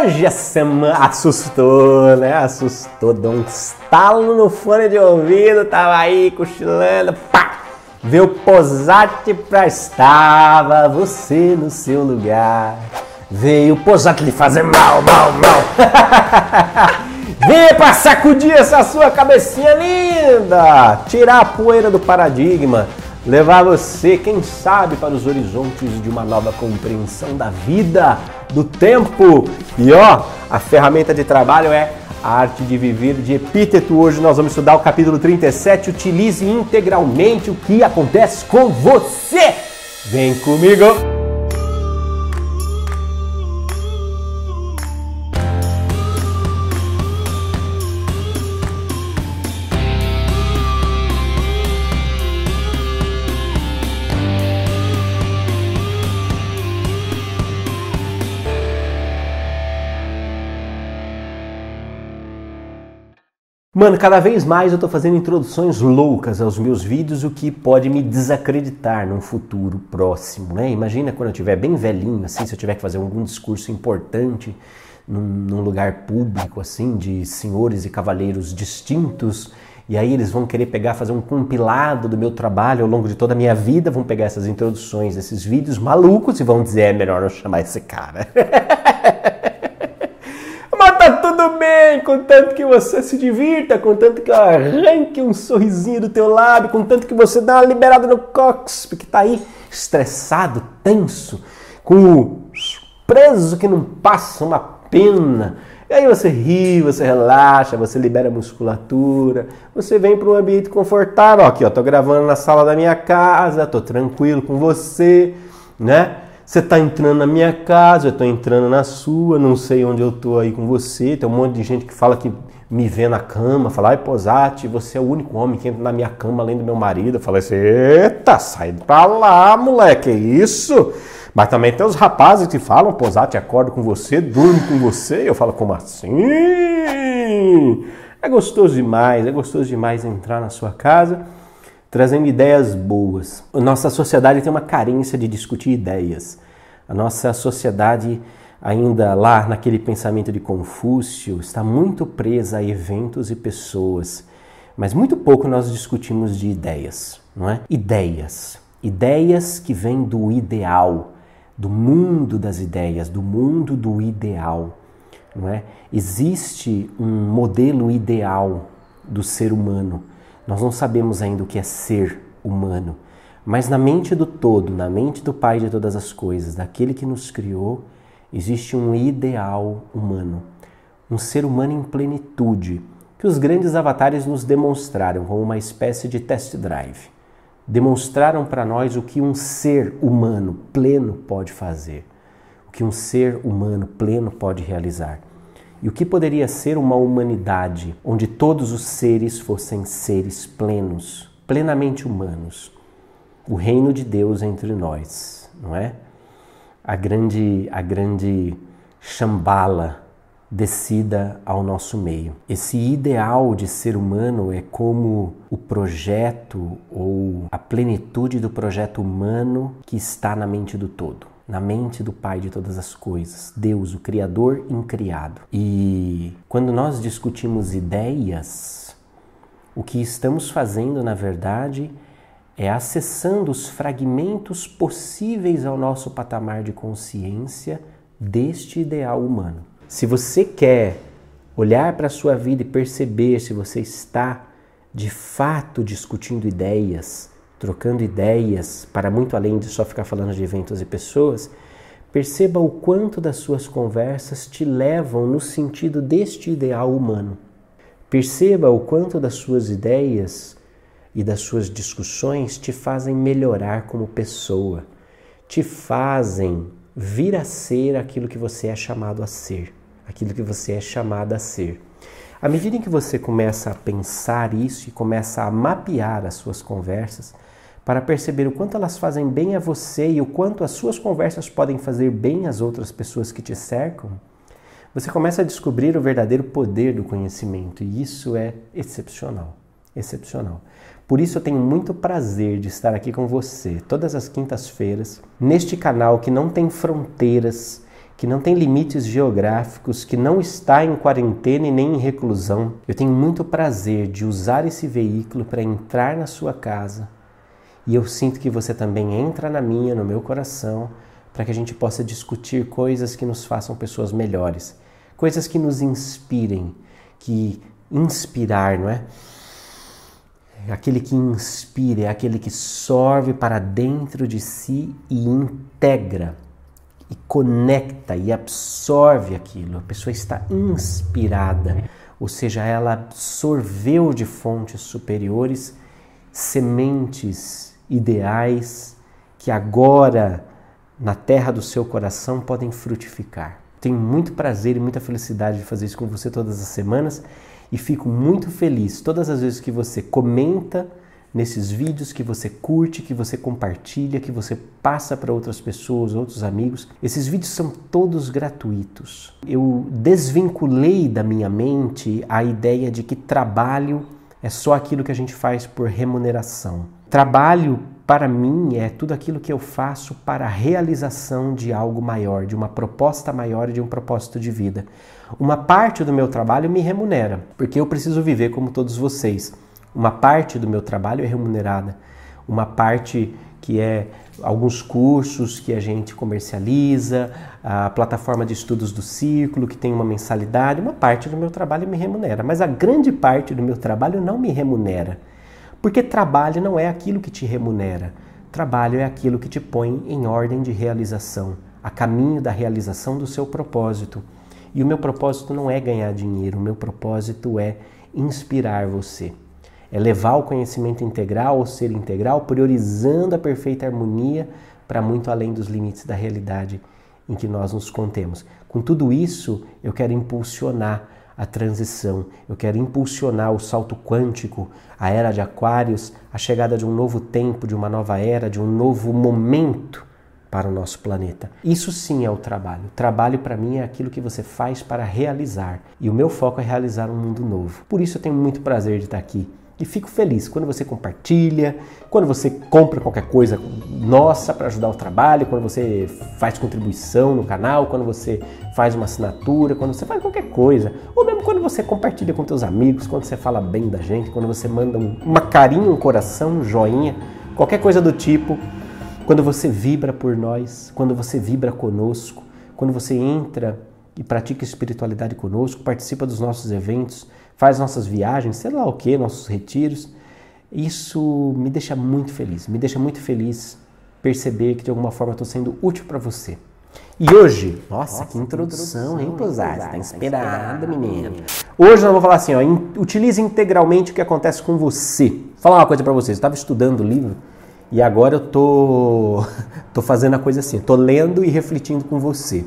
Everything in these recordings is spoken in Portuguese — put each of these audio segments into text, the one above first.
Hoje a semana assustou, né? Assustou, deu um estalo no fone de ouvido, tava aí cochilando, pá! Veio Posati pra estava você no seu lugar. Veio Posati lhe fazer mal. Vem pra sacudir essa sua cabecinha linda, tirar a poeira do paradigma, levar você, quem sabe, para os horizontes de uma nova compreensão da vida, do tempo. E ó, a ferramenta de trabalho é a arte de viver de Epíteto. Hoje nós vamos estudar o capítulo 37, utilize integralmente o que acontece com você. Vem comigo! Mano, cada vez mais eu tô fazendo introduções loucas aos meus vídeos, o que pode me desacreditar num futuro próximo, né? Imagina quando eu estiver bem velhinho, assim, se eu tiver que fazer algum discurso importante num lugar público, assim, de senhores e cavaleiros distintos, e aí eles vão querer fazer um compilado do meu trabalho ao longo de toda a minha vida, vão pegar essas introduções, esses vídeos malucos e vão dizer, é melhor eu chamar esse cara. Mas tá tudo bem, contanto que você se divirta, contanto que eu arranque um sorrisinho do teu lábio, contanto que você dá uma liberada no cóccix, porque tá aí estressado, tenso, com o preso que não passa uma pena. E aí você ri, você relaxa, você libera a musculatura, você vem para um ambiente confortável. Ó, aqui, ó, tô gravando na sala da minha casa, tô tranquilo com você, né? Você tá entrando na minha casa, eu tô entrando na sua, não sei onde eu tô aí com você. Tem um monte de gente que fala que me vê na cama, fala, ai, Posati, você é o único homem que entra na minha cama além do meu marido. Eu falo assim, eita, sai pra lá, moleque, é isso? Mas também tem os rapazes que falam, Posati, acordo com você, durmo com você. Eu falo, como assim? É gostoso demais entrar na sua casa, trazendo ideias boas. A nossa sociedade tem uma carência de discutir ideias. A nossa sociedade, ainda lá naquele pensamento de Confúcio, está muito presa a eventos e pessoas. Mas muito pouco nós discutimos de ideias, não é? Ideias que vêm do ideal, do mundo das ideias, do mundo do ideal, não é? Existe um modelo ideal do ser humano. Nós não sabemos ainda o que é ser humano, mas na mente do todo, na mente do Pai de todas as coisas, daquele que nos criou, existe um ideal humano, um ser humano em plenitude, que os grandes avatares nos demonstraram como uma espécie de test drive. Demonstraram para nós o que um ser humano pleno pode fazer, o que um ser humano pleno pode realizar. E o que poderia ser uma humanidade onde todos os seres fossem seres plenos, plenamente humanos. O reino de Deus entre nós, não é? A grande Shambhala descida ao nosso meio. Esse ideal de ser humano é como o projeto ou a plenitude do projeto humano que está na mente do todo. Na mente do Pai de todas as coisas, Deus, o Criador incriado. E quando nós discutimos ideias, o que estamos fazendo, na verdade, é acessando os fragmentos possíveis ao nosso patamar de consciência deste ideal humano. Se você quer olhar para a sua vida e perceber se você está, de fato, discutindo ideias, trocando ideias para muito além de só ficar falando de eventos e pessoas, perceba o quanto das suas conversas te levam no sentido deste ideal humano. Perceba o quanto das suas ideias e das suas discussões te fazem melhorar como pessoa, te fazem vir a ser aquilo que você é chamado a ser, aquilo que você é chamada a ser. À medida em que você começa a pensar isso e começa a mapear as suas conversas, para perceber o quanto elas fazem bem a você e o quanto as suas conversas podem fazer bem às outras pessoas que te cercam, você começa a descobrir o verdadeiro poder do conhecimento, e isso é excepcional, excepcional. Por isso eu tenho muito prazer de estar aqui com você todas as quintas-feiras, neste canal que não tem fronteiras, que não tem limites geográficos, que não está em quarentena e nem em reclusão. Eu tenho muito prazer de usar esse veículo para entrar na sua casa e eu sinto que você também entra na minha, no meu coração, para que a gente possa discutir coisas que nos façam pessoas melhores, coisas que nos inspirem, que inspirar, não é? Aquele que inspira é aquele que sorve para dentro de si e integra, e conecta e absorve aquilo. A pessoa está inspirada, ou seja, ela absorveu de fontes superiores sementes ideais que agora na terra do seu coração podem frutificar. Tenho muito prazer e muita felicidade de fazer isso com você todas as semanas e fico muito feliz todas as vezes que você comenta nesses vídeos, que você curte, que você compartilha, que você passa para outras pessoas, outros amigos. Esses vídeos são todos gratuitos. Eu desvinculei da minha mente a ideia de que trabalho é só aquilo que a gente faz por remuneração. Trabalho, para mim, é tudo aquilo que eu faço para a realização de algo maior, de uma proposta maior e de um propósito de vida. Uma parte do meu trabalho me remunera, porque eu preciso viver como todos vocês. Uma parte do meu trabalho é remunerada, uma parte que é alguns cursos que a gente comercializa, a plataforma de estudos do Círculo, que tem uma mensalidade, uma parte do meu trabalho me remunera, mas a grande parte do meu trabalho não me remunera, porque trabalho não é aquilo que te remunera, trabalho é aquilo que te põe em ordem de realização, a caminho da realização do seu propósito. E o meu propósito não é ganhar dinheiro, o meu propósito é inspirar você. É levar o conhecimento integral ou ser integral, priorizando a perfeita harmonia para muito além dos limites da realidade em que nós nos contemos. Com tudo isso, eu quero impulsionar a transição, eu quero impulsionar o salto quântico, a era de Aquários, a chegada de um novo tempo, de uma nova era, de um novo momento para o nosso planeta. Isso sim é o trabalho. O trabalho para mim é aquilo que você faz para realizar. E o meu foco é realizar um mundo novo. Por isso eu tenho muito prazer de estar aqui. E fico feliz quando você compartilha, quando você compra qualquer coisa nossa para ajudar o trabalho, quando você faz contribuição no canal, quando você faz uma assinatura, quando você faz qualquer coisa. Ou mesmo quando você compartilha com teus amigos, quando você fala bem da gente, quando você manda uma carinha, um coração, um joinha, qualquer coisa do tipo. Quando você vibra por nós, quando você vibra conosco, quando você entra e pratica espiritualidade conosco, participa dos nossos eventos, faz nossas viagens, sei lá o que, nossos retiros, isso me deixa muito feliz perceber que de alguma forma estou sendo útil para você. E hoje, nossa, que introdução, hein, Posar? Tá inspirado, menino. Hoje nós vamos falar assim, ó, utilize integralmente o que acontece com você. Vou falar uma coisa para vocês, eu estava estudando o livro e agora eu tô fazendo a coisa assim, tô lendo e refletindo com você,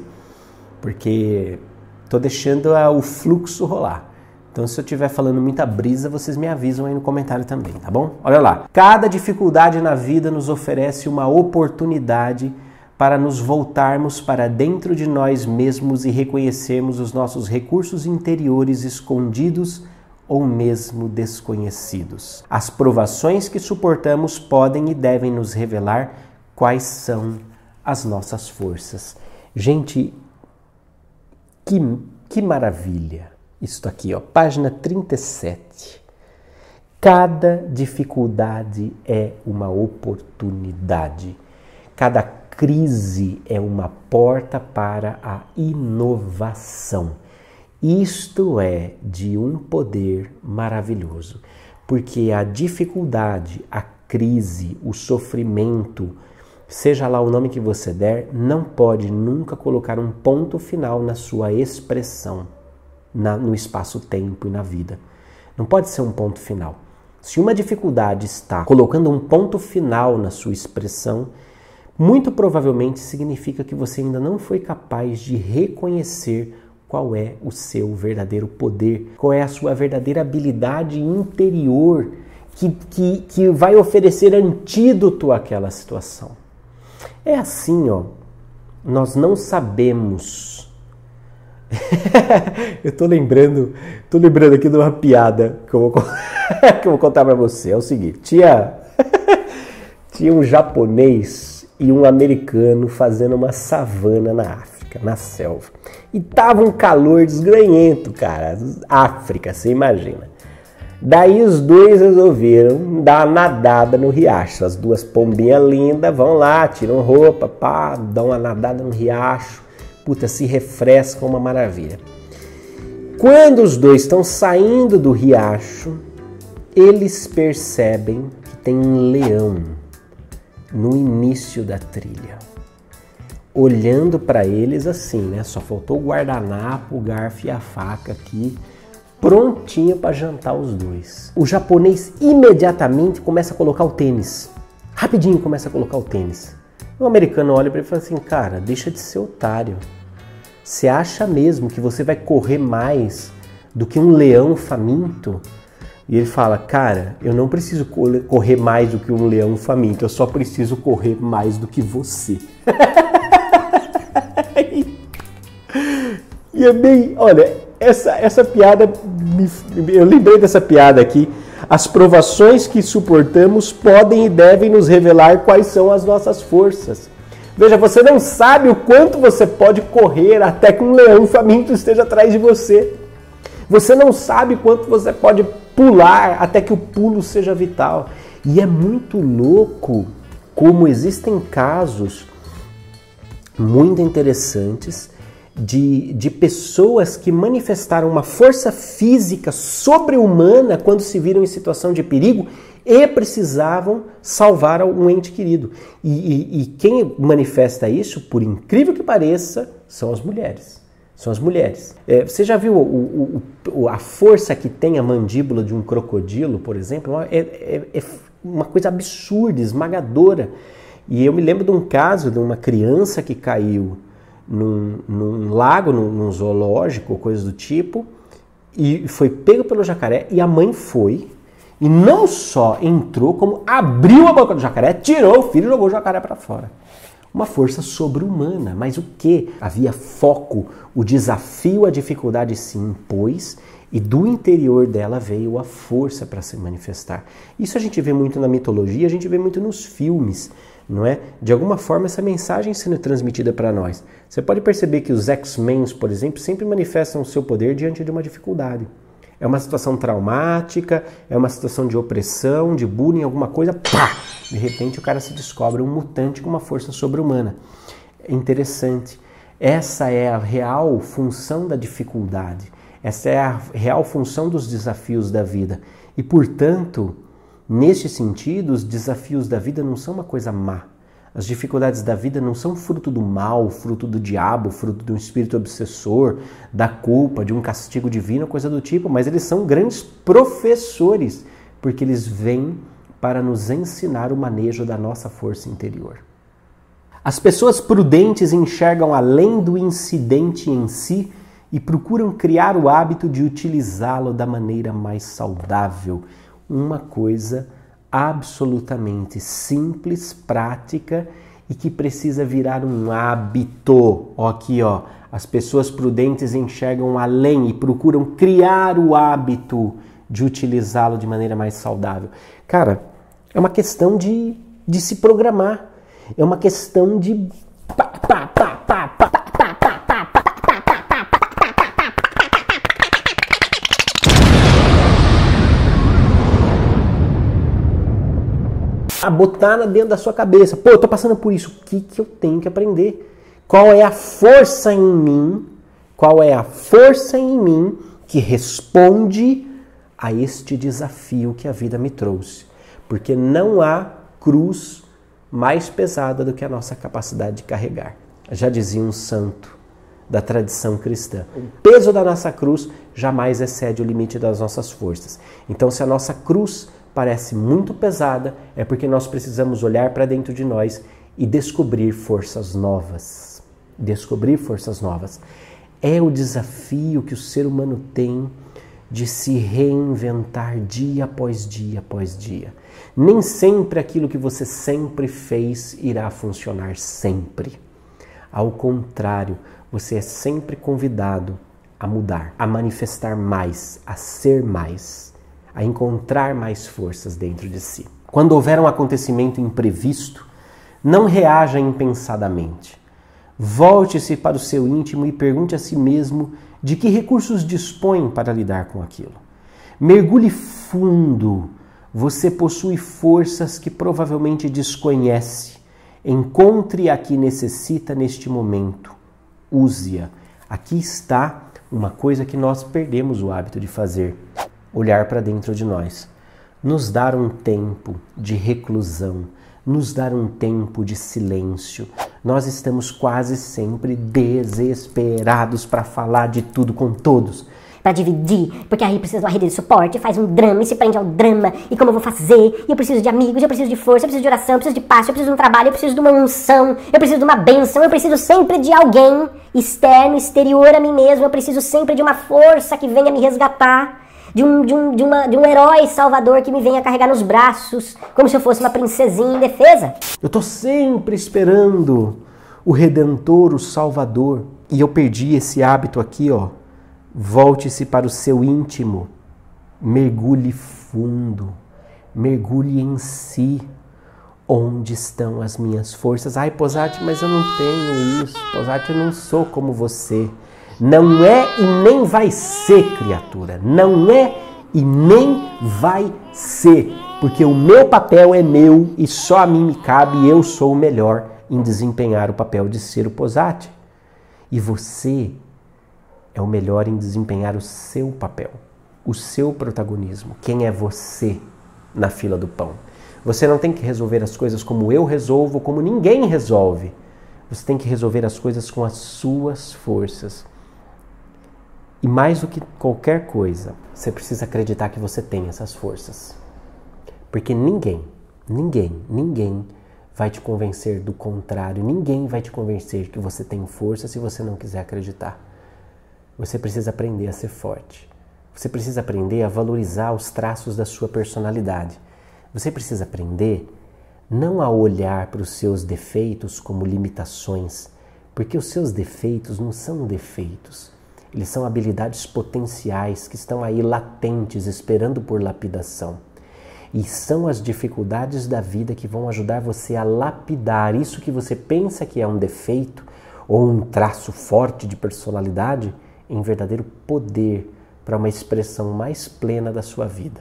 porque tô deixando o fluxo rolar. Então, se eu estiver falando muita brisa, vocês me avisam aí no comentário também, tá bom? Olha lá. Cada dificuldade na vida nos oferece uma oportunidade para nos voltarmos para dentro de nós mesmos e reconhecermos os nossos recursos interiores escondidos ou mesmo desconhecidos. As provações que suportamos podem e devem nos revelar quais são as nossas forças. Gente, que maravilha! Isso aqui, ó, página 37. Cada dificuldade é uma oportunidade. Cada crise é uma porta para a inovação. Isto é de um poder maravilhoso, porque a dificuldade, a crise, o sofrimento, seja lá o nome que você der, não pode nunca colocar um ponto final na sua expressão. No espaço-tempo e na vida. Não pode ser um ponto final. Se uma dificuldade está colocando um ponto final na sua expressão, muito provavelmente significa que você ainda não foi capaz de reconhecer qual é o seu verdadeiro poder, qual é a sua verdadeira habilidade interior que vai oferecer antídoto àquela situação. É assim, ó, nós não sabemos. Eu tô lembrando aqui de uma piada que eu vou contar pra você. É o seguinte, tinha um japonês e um americano fazendo uma savana na África. África, na selva. E tava um calor desgranhento, cara. África, você imagina. Daí os dois resolveram dar uma nadada no riacho. As duas pombinhas lindas vão lá, tiram roupa, pá, dão uma nadada no riacho. Puta, se refrescam, uma maravilha. Quando os dois estão saindo do riacho, eles percebem que tem um leão no início da trilha. Olhando para eles assim, né? Só faltou o guardanapo, o garfo e a faca aqui, prontinho para jantar os dois. O japonês imediatamente começa a colocar o tênis. Rapidinho começa a colocar o tênis. O americano olha para ele e fala assim, cara, deixa de ser otário. Você acha mesmo que você vai correr mais do que um leão faminto? E ele fala, cara, eu não preciso correr mais do que um leão faminto, eu só preciso correr mais do que você. E é bem, olha, essa piada, eu lembrei dessa piada aqui. As provações que suportamos podem e devem nos revelar quais são as nossas forças. Veja, você não sabe o quanto você pode correr até que um leão faminto esteja atrás de você. Você não sabe quanto você pode pular até que o pulo seja vital. E é muito louco como existem casos muito interessantes de pessoas que manifestaram uma força física sobre-humana quando se viram em situação de perigo e precisavam salvar um ente querido. E quem manifesta isso, por incrível que pareça, são as mulheres. São as mulheres. Você já viu a força que tem a mandíbula de um crocodilo, por exemplo? É uma coisa absurda, esmagadora. E eu me lembro de um caso de uma criança que caiu num lago, num zoológico, ou coisa do tipo, e foi pego pelo jacaré, e a mãe foi, e não só entrou, como abriu a boca do jacaré, tirou o filho e jogou o jacaré para fora. Uma força sobre-humana, mas o que? Havia foco, o desafio, a dificuldade se impôs, e do interior dela veio a força para se manifestar. Isso a gente vê muito na mitologia, a gente vê muito nos filmes, não é? De alguma forma essa mensagem sendo transmitida para nós. Você pode perceber que os X-Men, por exemplo, sempre manifestam o seu poder diante de uma dificuldade. É uma situação traumática, é uma situação de opressão, de bullying, alguma coisa, pá! De repente o cara se descobre um mutante com uma força sobre-humana. É interessante. Essa é a real função da dificuldade. Essa é a real função dos desafios da vida. E, portanto, neste sentido, os desafios da vida não são uma coisa má. As dificuldades da vida não são fruto do mal, fruto do diabo, fruto de um espírito obsessor, da culpa, de um castigo divino, coisa do tipo, mas eles são grandes professores, porque eles vêm para nos ensinar o manejo da nossa força interior. As pessoas prudentes enxergam além do incidente em si e procuram criar o hábito de utilizá-lo da maneira mais saudável. Uma coisa absolutamente simples, prática e que precisa virar um hábito. Aqui, ó, as pessoas prudentes enxergam além e procuram criar o hábito de utilizá-lo de maneira mais saudável. Cara, é uma questão de se programar. É uma questão de botar dentro da sua cabeça. Pô, eu tô passando por isso. O que eu tenho que aprender? Qual é a força em mim? Qual é a força em mim que responde a este desafio que a vida me trouxe? Porque não há cruz mais pesada do que a nossa capacidade de carregar. Já dizia um santo da tradição cristã. O peso da nossa cruz jamais excede o limite das nossas forças. Então, se a nossa cruz parece muito pesada, é porque nós precisamos olhar para dentro de nós e descobrir forças novas. Descobrir forças novas. É o desafio que o ser humano tem de se reinventar dia após dia após dia. Nem sempre aquilo que você sempre fez irá funcionar sempre. Ao contrário, você é sempre convidado a mudar, a manifestar mais, a ser mais, a encontrar mais forças dentro de si. Quando houver um acontecimento imprevisto, não reaja impensadamente. Volte-se para o seu íntimo e pergunte a si mesmo de que recursos dispõe para lidar com aquilo. Mergulhe fundo. Você possui forças que provavelmente desconhece. Encontre a que necessita neste momento. Use-a. Aqui está uma coisa que nós perdemos o hábito de fazer. Olhar para dentro de nós. Nos dar um tempo de reclusão. Nos dar um tempo de silêncio. Nós estamos quase sempre desesperados para falar de tudo com todos. Para dividir, porque aí precisa de uma rede de suporte, faz um drama e se prende ao drama, e como eu vou fazer, e eu preciso de amigos, eu preciso de força, eu preciso de oração, eu preciso de paz, eu preciso de um trabalho, eu preciso de uma unção, eu preciso de uma bênção, eu preciso sempre de alguém externo, exterior a mim mesmo, eu preciso sempre de uma força que venha me resgatar, de um herói salvador que me venha carregar nos braços, como se eu fosse uma princesinha indefesa. Eu estou sempre esperando o Redentor, o Salvador, e eu perdi esse hábito aqui, ó. Volte-se para o seu íntimo, mergulhe fundo, mergulhe em si. Onde estão as minhas forças? Ai, Posati, mas eu não tenho isso. Posati, eu não sou como você. Não é e nem vai ser, criatura. Não é e nem vai ser. Porque o meu papel é meu e só a mim me cabe e eu sou o melhor em desempenhar o papel de ser o Posati. E você é o melhor em desempenhar o seu papel, o seu protagonismo. Quem é você na fila do pão? Você não tem que resolver as coisas como eu resolvo, como ninguém resolve. Você tem que resolver as coisas com as suas forças. E mais do que qualquer coisa, você precisa acreditar que você tem essas forças. Porque ninguém vai te convencer do contrário. Ninguém vai te convencer que você tem força se você não quiser acreditar. Você precisa aprender a ser forte. Você precisa aprender a valorizar os traços da sua personalidade. Você precisa aprender não a olhar para os seus defeitos como limitações, porque os seus defeitos não são defeitos. Eles são habilidades potenciais que estão aí latentes, esperando por lapidação. E são as dificuldades da vida que vão ajudar você a lapidar isso que você pensa que é um defeito ou um traço forte de personalidade em verdadeiro poder para uma expressão mais plena da sua vida.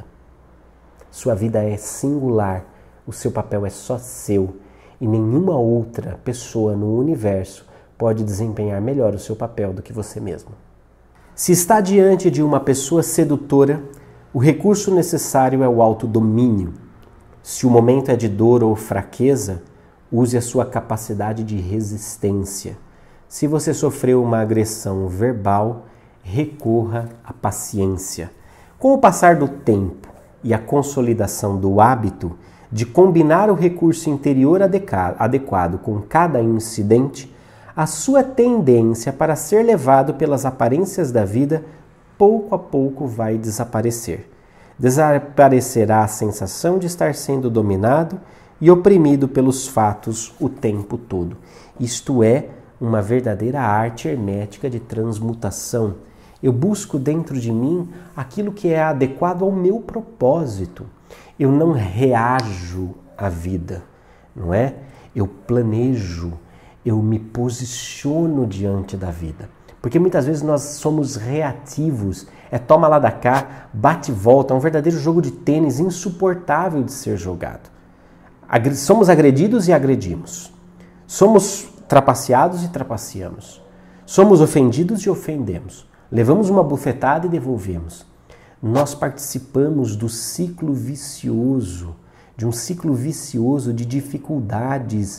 Sua vida é singular, o seu papel é só seu e nenhuma outra pessoa no universo pode desempenhar melhor o seu papel do que você mesmo. Se está diante de uma pessoa sedutora, o recurso necessário é o autodomínio. Se o momento é de dor ou fraqueza, use a sua capacidade de resistência. Se você sofreu uma agressão verbal, recorra à paciência. Com o passar do tempo e a consolidação do hábito de combinar o recurso interior adequado com cada incidente, a sua tendência para ser levado pelas aparências da vida pouco a pouco vai desaparecer. Desaparecerá a sensação de estar sendo dominado e oprimido pelos fatos o tempo todo. Isto é uma verdadeira arte hermética de transmutação. Eu busco dentro de mim aquilo que é adequado ao meu propósito. Eu não reajo à vida, não é? Eu planejo, eu me posiciono diante da vida. Porque muitas vezes nós somos reativos, toma lá da cá, bate e volta, é um verdadeiro jogo de tênis insuportável de ser jogado. Somos agredidos e agredimos. Somos trapaceados e trapaceamos. Somos ofendidos e ofendemos. Levamos uma bufetada e devolvemos. Nós participamos do ciclo vicioso, de um ciclo vicioso de dificuldades,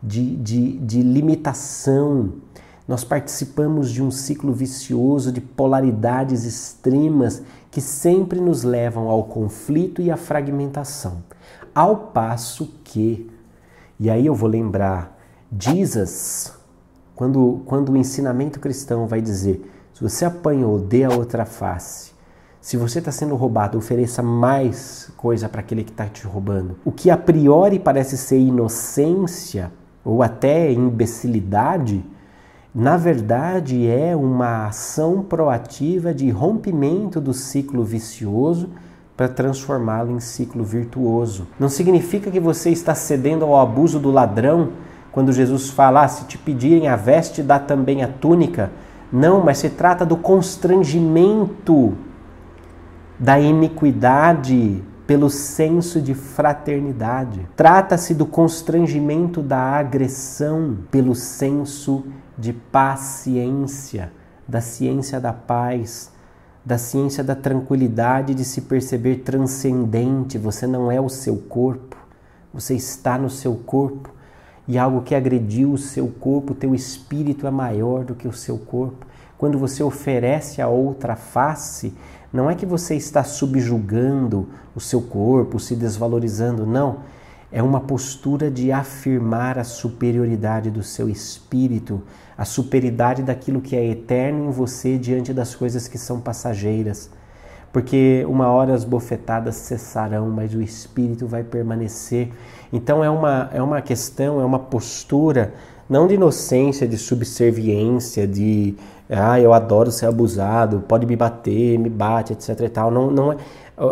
de limitação. Nós participamos de um ciclo vicioso de polaridades extremas que sempre nos levam ao conflito e à fragmentação. Ao passo que, e aí eu vou lembrar, Jesus, quando o ensinamento cristão vai dizer, se você apanhou, dê a outra face. Se você está sendo roubado, ofereça mais coisa para aquele que está te roubando. O que a priori parece ser inocência ou até imbecilidade, na verdade é uma ação proativa de rompimento do ciclo vicioso para transformá-lo em ciclo virtuoso. Não significa que você está cedendo ao abuso do ladrão quando Jesus fala, se te pedirem a veste, dá também a túnica. Não, mas se trata do constrangimento da iniquidade pelo senso de fraternidade. Trata-se do constrangimento da agressão pelo senso de paciência, da ciência da paz, da ciência da tranquilidade de se perceber transcendente. Você não é o seu corpo, você está no seu corpo. E algo que agrediu o seu corpo, teu espírito é maior do que o seu corpo. Quando você oferece a outra face, não é que você está subjugando o seu corpo, se desvalorizando, não. É uma postura de afirmar a superioridade do seu espírito, a superioridade daquilo que é eterno em você diante das coisas que são passageiras. Porque uma hora as bofetadas cessarão, mas o espírito vai permanecer. Então é uma questão, é uma postura, não de inocência, de subserviência, de eu adoro ser abusado, pode me bater, me bate, etc. e tal. Não é,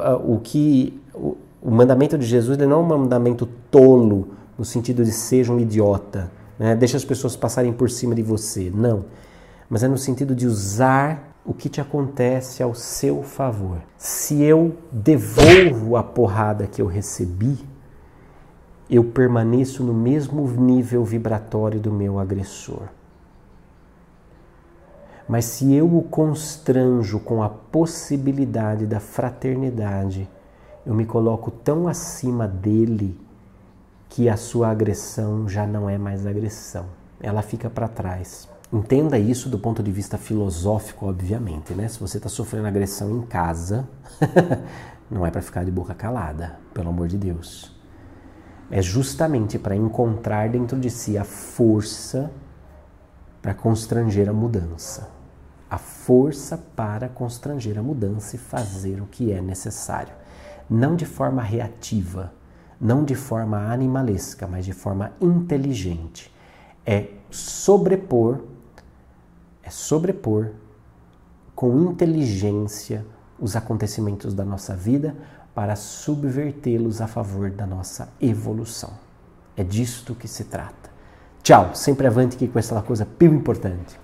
o mandamento de Jesus ele não é um mandamento tolo, no sentido de seja um idiota, né? Deixa as pessoas passarem por cima de você. Não. Mas é no sentido de usar o que te acontece ao seu favor. Se eu devolvo a porrada que eu recebi, eu permaneço no mesmo nível vibratório do meu agressor. Mas se eu o constranjo com a possibilidade da fraternidade, eu me coloco tão acima dele que a sua agressão já não é mais agressão. Ela fica para trás. Entenda isso do ponto de vista filosófico, obviamente, né? Se você está sofrendo agressão em casa, não é para ficar de boca calada, pelo amor de Deus. É justamente para encontrar dentro de si a força para constranger a mudança. A força para constranger a mudança e fazer o que é necessário. Não de forma reativa, não de forma animalesca, mas de forma inteligente. É sobrepor com inteligência os acontecimentos da nossa vida para subvertê-los a favor da nossa evolução. É disto que se trata. Tchau, sempre avante que com essa coisa più importante.